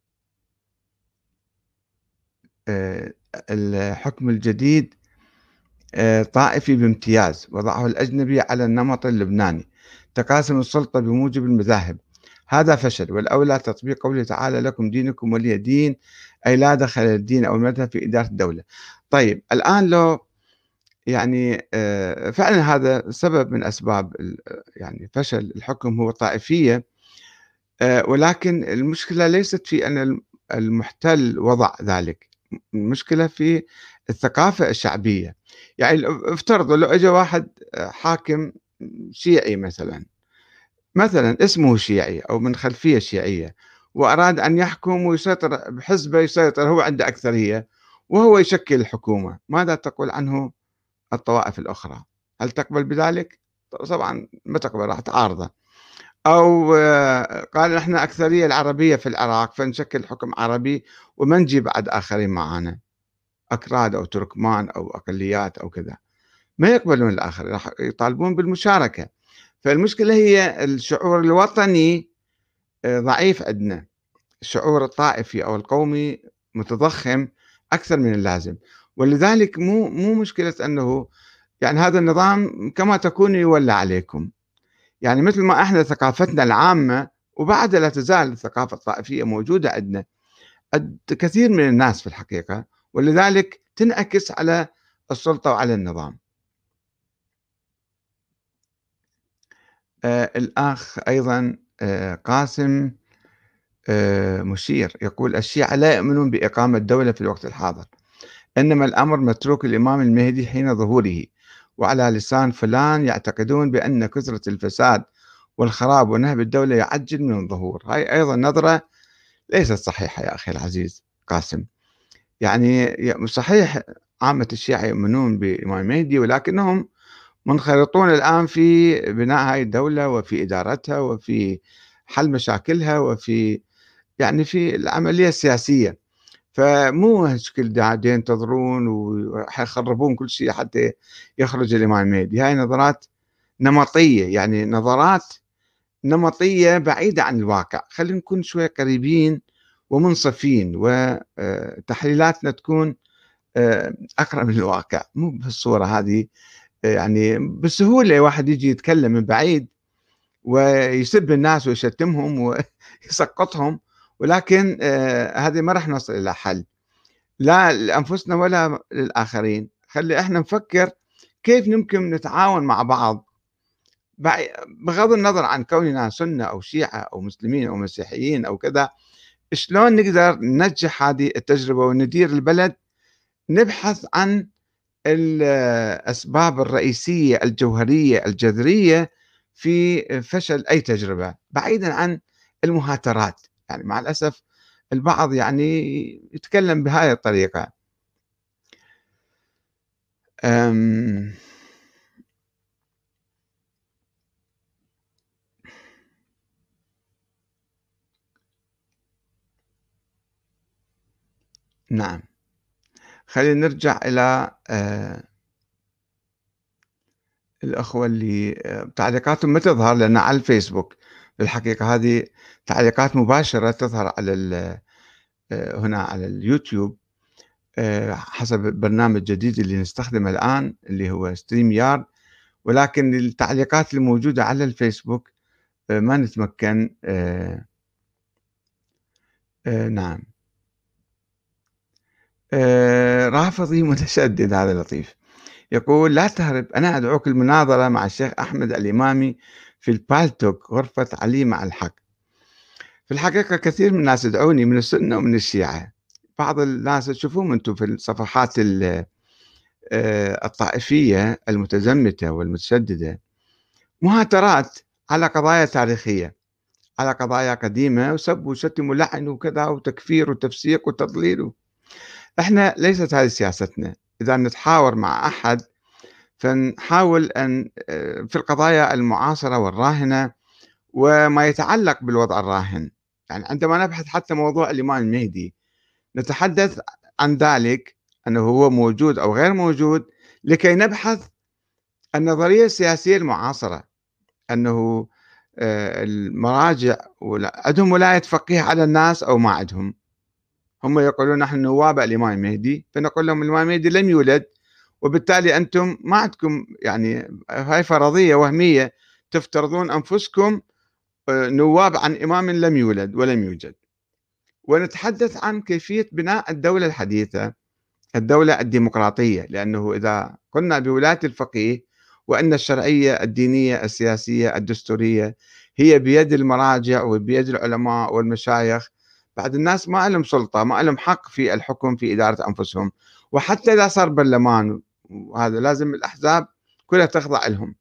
آه، الحكم الجديد آه، طائفي بامتياز وضعه الأجنبي على النمط اللبناني، تقاسم السلطة بموجب المذاهب، هذا فشل، والأولى تطبيق قوله تعالى لكم دينكم ولي دين، أي لا دخل الدين أو المذهب في إدارة الدولة. طيب الآن لو يعني آه، فعلا هذا سبب من أسباب ال- يعني فشل الحكم هو طائفية، آه، ولكن المشكلة ليست في أن الم- المحتل وضع ذلك، المشكلة في الثقافة الشعبية. يعني لو- افترضوا لو اجى واحد آه، حاكم شيعي مثلا، مثلا اسمه شيعي أو من خلفية شيعية، وأراد أن يحكم ويسيطر بحزبه، يسيطر هو عنده أكثرية وهو يشكل الحكومة، ماذا تقول عنه الطوائف الأخرى؟ هل تقبل بذلك؟ طبعا ما تقبل، راح تعارضه. أو آه، قال إحنا أكثرية العربية في العراق فنشكل حكم عربي وما نجيب بعد آخرين معانا، أكراد أو تركمان أو أقليات أو كذا، ما يقبلون الآخر، راح يطالبون بالمشاركة. فالمشكلة هي الشعور الوطني آه، ضعيف عندنا، الشعور الطائفي أو القومي متضخم أكثر من اللازم. ولذلك مو مو مشكلة أنه يعني هذا النظام كما تكون يولى عليكم، يعني مثل ما احنا ثقافتنا العامة وبعد لا تزال الثقافة الطائفية موجودة عندنا عند كثير من الناس في الحقيقة، ولذلك تنعكس على السلطة وعلى النظام. آه الأخ أيضا آه قاسم آه مشير يقول الشيعة لا يؤمنون بإقامة دولة في الوقت الحاضر، إنما الأمر متروك الإمام المهدي حين ظهوره، وعلى لسان فلان يعتقدون بأن كثرة الفساد والخراب ونهب الدولة يعجل من الظهور. هاي أيضا نظرة ليست صحيحة يا أخي العزيز قاسم. يعني صحيح عامة الشيعة يؤمنون بإمام المهدي، ولكنهم منخرطون الآن في بناء هذه الدولة وفي إدارتها وفي حل مشاكلها وفي يعني في العملية السياسية. فمو هالشكل قاعدين ينتظرون وحيخربون كل شيء حتى يخرج الإمام المهدي. هاي نظرات نمطية، يعني نظرات نمطية بعيدة عن الواقع. خلينا نكون شوي قريبين ومنصفين وتحليلاتنا تكون آه، أقرب من الواقع، مو بالصورة هذه. آه، يعني بسهولة واحد يجي يتكلم من بعيد ويسب الناس ويشتمهم ويسقطهم، ولكن آه، هذه ما راح نصل إلى حل لا لأنفسنا ولا للآخرين. خلي احنا نفكر كيف نمكن نتعاون مع بعض، بع- بغض النظر عن كوننا سنة أو شيعة أو مسلمين أو مسيحيين أو كذا، شلون نقدر ننجح هذه التجربة وندير البلد. نبحث عن الأسباب الرئيسية الجوهرية الجذرية في فشل أي تجربة، بعيدا عن المهاترات. يعني مع الأسف البعض يعني يتكلم بهذه الطريقة. أم نعم، خلينا نرجع إلى آه، الأخوة اللي آه، تعليقاتهم ما تظهر لنا على الفيسبوك. في الحقيقة هذه تعليقات مباشرة تظهر على ال- آه، هنا على اليوتيوب آه، حسب البرنامج الجديد اللي نستخدمه الآن اللي هو ستريم يارد، ولكن التعليقات الموجودة على الفيسبوك آه، ما نتمكن. آه، آه، نعم. آه، رافضي متشدد، هذا لطيف. يقول لا تهرب، أنا أدعوك المناظرة مع الشيخ أحمد الإمامي في البالتوك غرفة علي مع الحق. في الحقيقة كثير من الناس يدعوني من السنة ومن الشيعة. بعض الناس تشوفون أنتم في الصفحات ال- آه، الطائفية المتزمتة والمتشددة مهاترات على قضايا تاريخية، على قضايا قديمة، وسب وشتم ولعن وكذا وتكفير وتفسيق وتضليل. احنا ليست هذه سياستنا. إذا نتحاور مع أحد فنحاول أن آه، في القضايا المعاصرة والراهنة وما يتعلق بالوضع الراهن. يعني عندما نبحث حتى موضوع الإمام المهدي نتحدث عن ذلك، أنه هو موجود أو غير موجود، لكي نبحث النظرية السياسية المعاصرة أنه آآ المراجع ولا عندهم ولاية فقيه على الناس أو ما عندهم. هم يقولون نحن نواب الإمام المهدي، فنقول لهم الإمام المهدي لم يولد، وبالتالي أنتم ما عندكم يعني هاي فرضية وهمية تفترضون أنفسكم آآ نواب عن إمام لم يولد ولم يوجد. ونتحدث عن كيفية بناء الدولة الحديثة، الدولة الديمقراطية، لأنه إذا قلنا بولاية الفقيه وأن الشرعية الدينية السياسية الدستورية هي بيد المراجع وبيد العلماء والمشايخ، بعد الناس ما لهم سلطة، ما لهم حق في الحكم في إدارة أنفسهم. وحتى إذا صار برلمان وهذا لازم الأحزاب كلها تخضع لهم.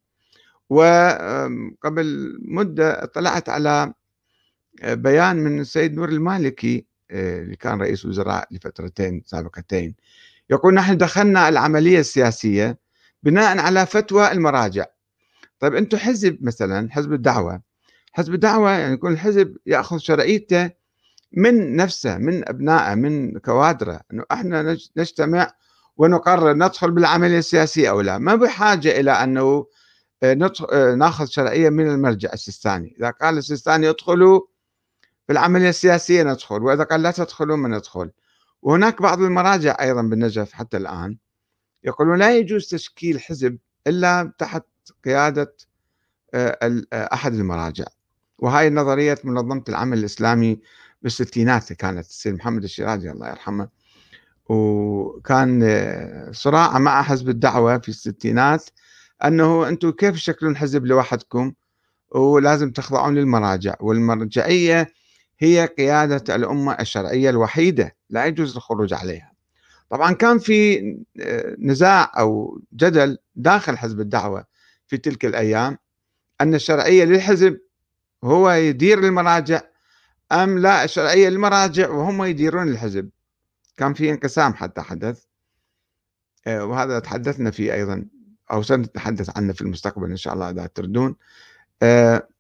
وقبل مدة اطلعت على بيان من السيد نور المالكي آه، اللي كان رئيس وزراء لفترتين سابقتين، يقول نحن دخلنا العملية السياسية بناء على فتوى المراجع. طيب أنتم حزب مثلا، حزب الدعوة، حزب الدعوة يعني يكون الحزب يأخذ شرعيته من نفسه، من أبنائه، من كوادره، أنه إحنا نج- نجتمع ونقرر ندخل بالعملية السياسية أو لا، ما بحاجة إلى أنه آه، ندخ- آه، ناخذ شرعية من المرجع السيستاني. إذا قال السيستاني ادخلوا في العملية السياسية ندخل، وإذا قال لا تدخلوا ما ندخل. وهناك بعض المراجع أيضا بالنجف حتى الآن يقولون لا يجوز تشكيل حزب إلا تحت قيادة آه، ال- آه، أحد المراجع. وهاي نظرية منظمة العمل الإسلامي بالستينات كانت السيد محمد الشيرازي الله يرحمه، وكان آه، صراع مع حزب الدعوة في الستينات أنه أنتم كيف تشكلون حزب لوحدكم ولازم تخضعون للمراجع، والمرجعية هي قيادة الأمة الشرعية الوحيدة لا يجوز الخروج عليها. طبعا كان في آه، نزاع أو جدل داخل حزب الدعوة في تلك الأيام أن الشرعية للحزب هو يدير المراجع أم لا الشرعية للمراجع وهم يديرون الحزب. كان في انقسام حتى حدث، آه، وهذا تحدثنا فيه أيضا أو سنتحدث عنه في المستقبل إن شاء الله إذا تردون. آه،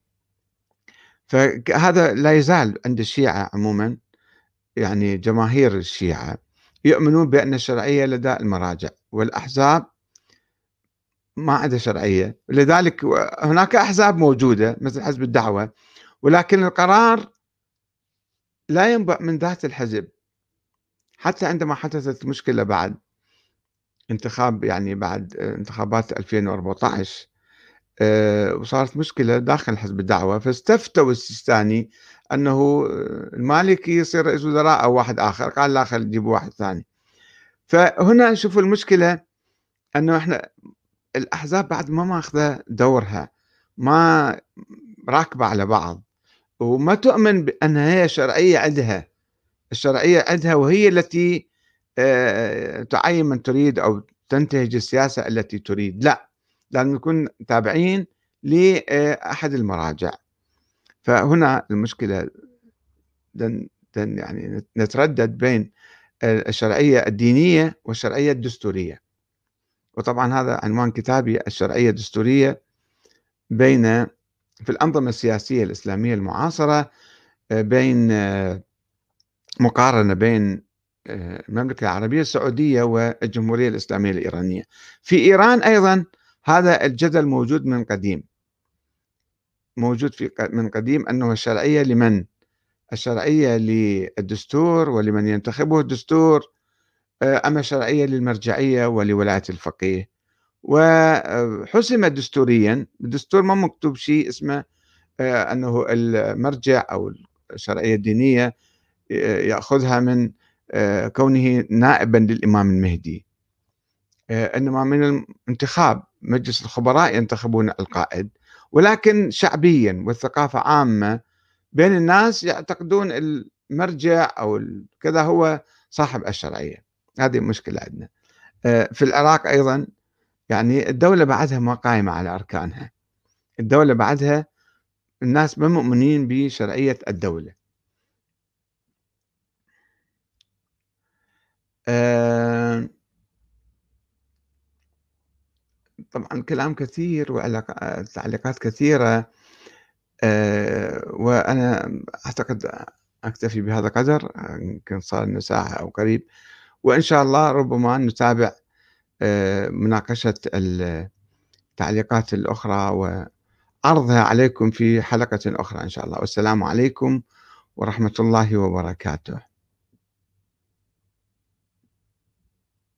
فهذا لا يزال عند الشيعة عموما، يعني جماهير الشيعة يؤمنون بأن الشرعية لدى المراجع والأحزاب ما عندها شرعية. لذلك هناك أحزاب موجودة مثل حزب الدعوة، ولكن القرار لا ينبع من ذات الحزب. حتى عندما حدثت مشكلة بعد انتخاب، يعني بعد انتخابات ألفين وأربعة عشر آه، وصارت مشكلة داخل حزب الدعوة، فاستفتوا السيستاني أنه آه، المالكي يصير رئيس وزراء أو واحد آخر، قال لا خل نجيبوا واحد ثاني. فهنا نشوف المشكلة أنه إحنا الأحزاب بعد ما ماخذة دورها، ما راكبة على بعض، وما تؤمن بأن هي شرعية عندها، الشرعية عندها وهي التي آه، تعين من تريد أو تنتهج السياسة التي تريد. لا، لازم نكون تابعين لأحد المراجع. فهنا المشكلة دن دن يعني نتردد بين الشرعية الدينية والشرعية الدستورية. وطبعا هذا عنوان كتابي، الشرعية الدستورية بين في الأنظمة السياسية الإسلامية المعاصرة، آه، بين آه، مقارنة بين آه، المملكة العربية السعودية والجمهورية الإسلامية الإيرانية. في إيران أيضا هذا الجدل موجود من قديم، موجود في ق- من قديم أنه الشرعية لمن؟ الشرعية للدستور ولمن ينتخبه الدستور، آه، أما الشرعية للمرجعية ولولاية الفقيه. وحسم دستوريا، بالدستور ما مكتوب شيء اسمه آه، أنه المرجع أو الشرعية الدينية آه، يأخذها من آه، كونه نائبا للإمام المهدي، آه، إنما من الانتخاب مجلس الخبراء ينتخبون القائد. ولكن شعبيا والثقافة عامة بين الناس يعتقدون المرجع أو ال- كذا هو صاحب الشرعية. هذه مشكلة عندنا. آه، في العراق أيضا يعني الدولة بعدها ما قائمة على أركانها، الدولة بعدها الناس ما مؤمنين بشرعية الدولة. آه، طبعا كلام كثير وتعليقات كثيرة، آه، وأنا أعتقد أكتفي بهذا القدر، يمكن صار لنا ساعة أو قريب. وإن شاء الله ربما نتابع آه، مناقشة التعليقات الأخرى وعرضها عليكم في حلقة أخرى إن شاء الله. والسلام عليكم ورحمة الله وبركاته.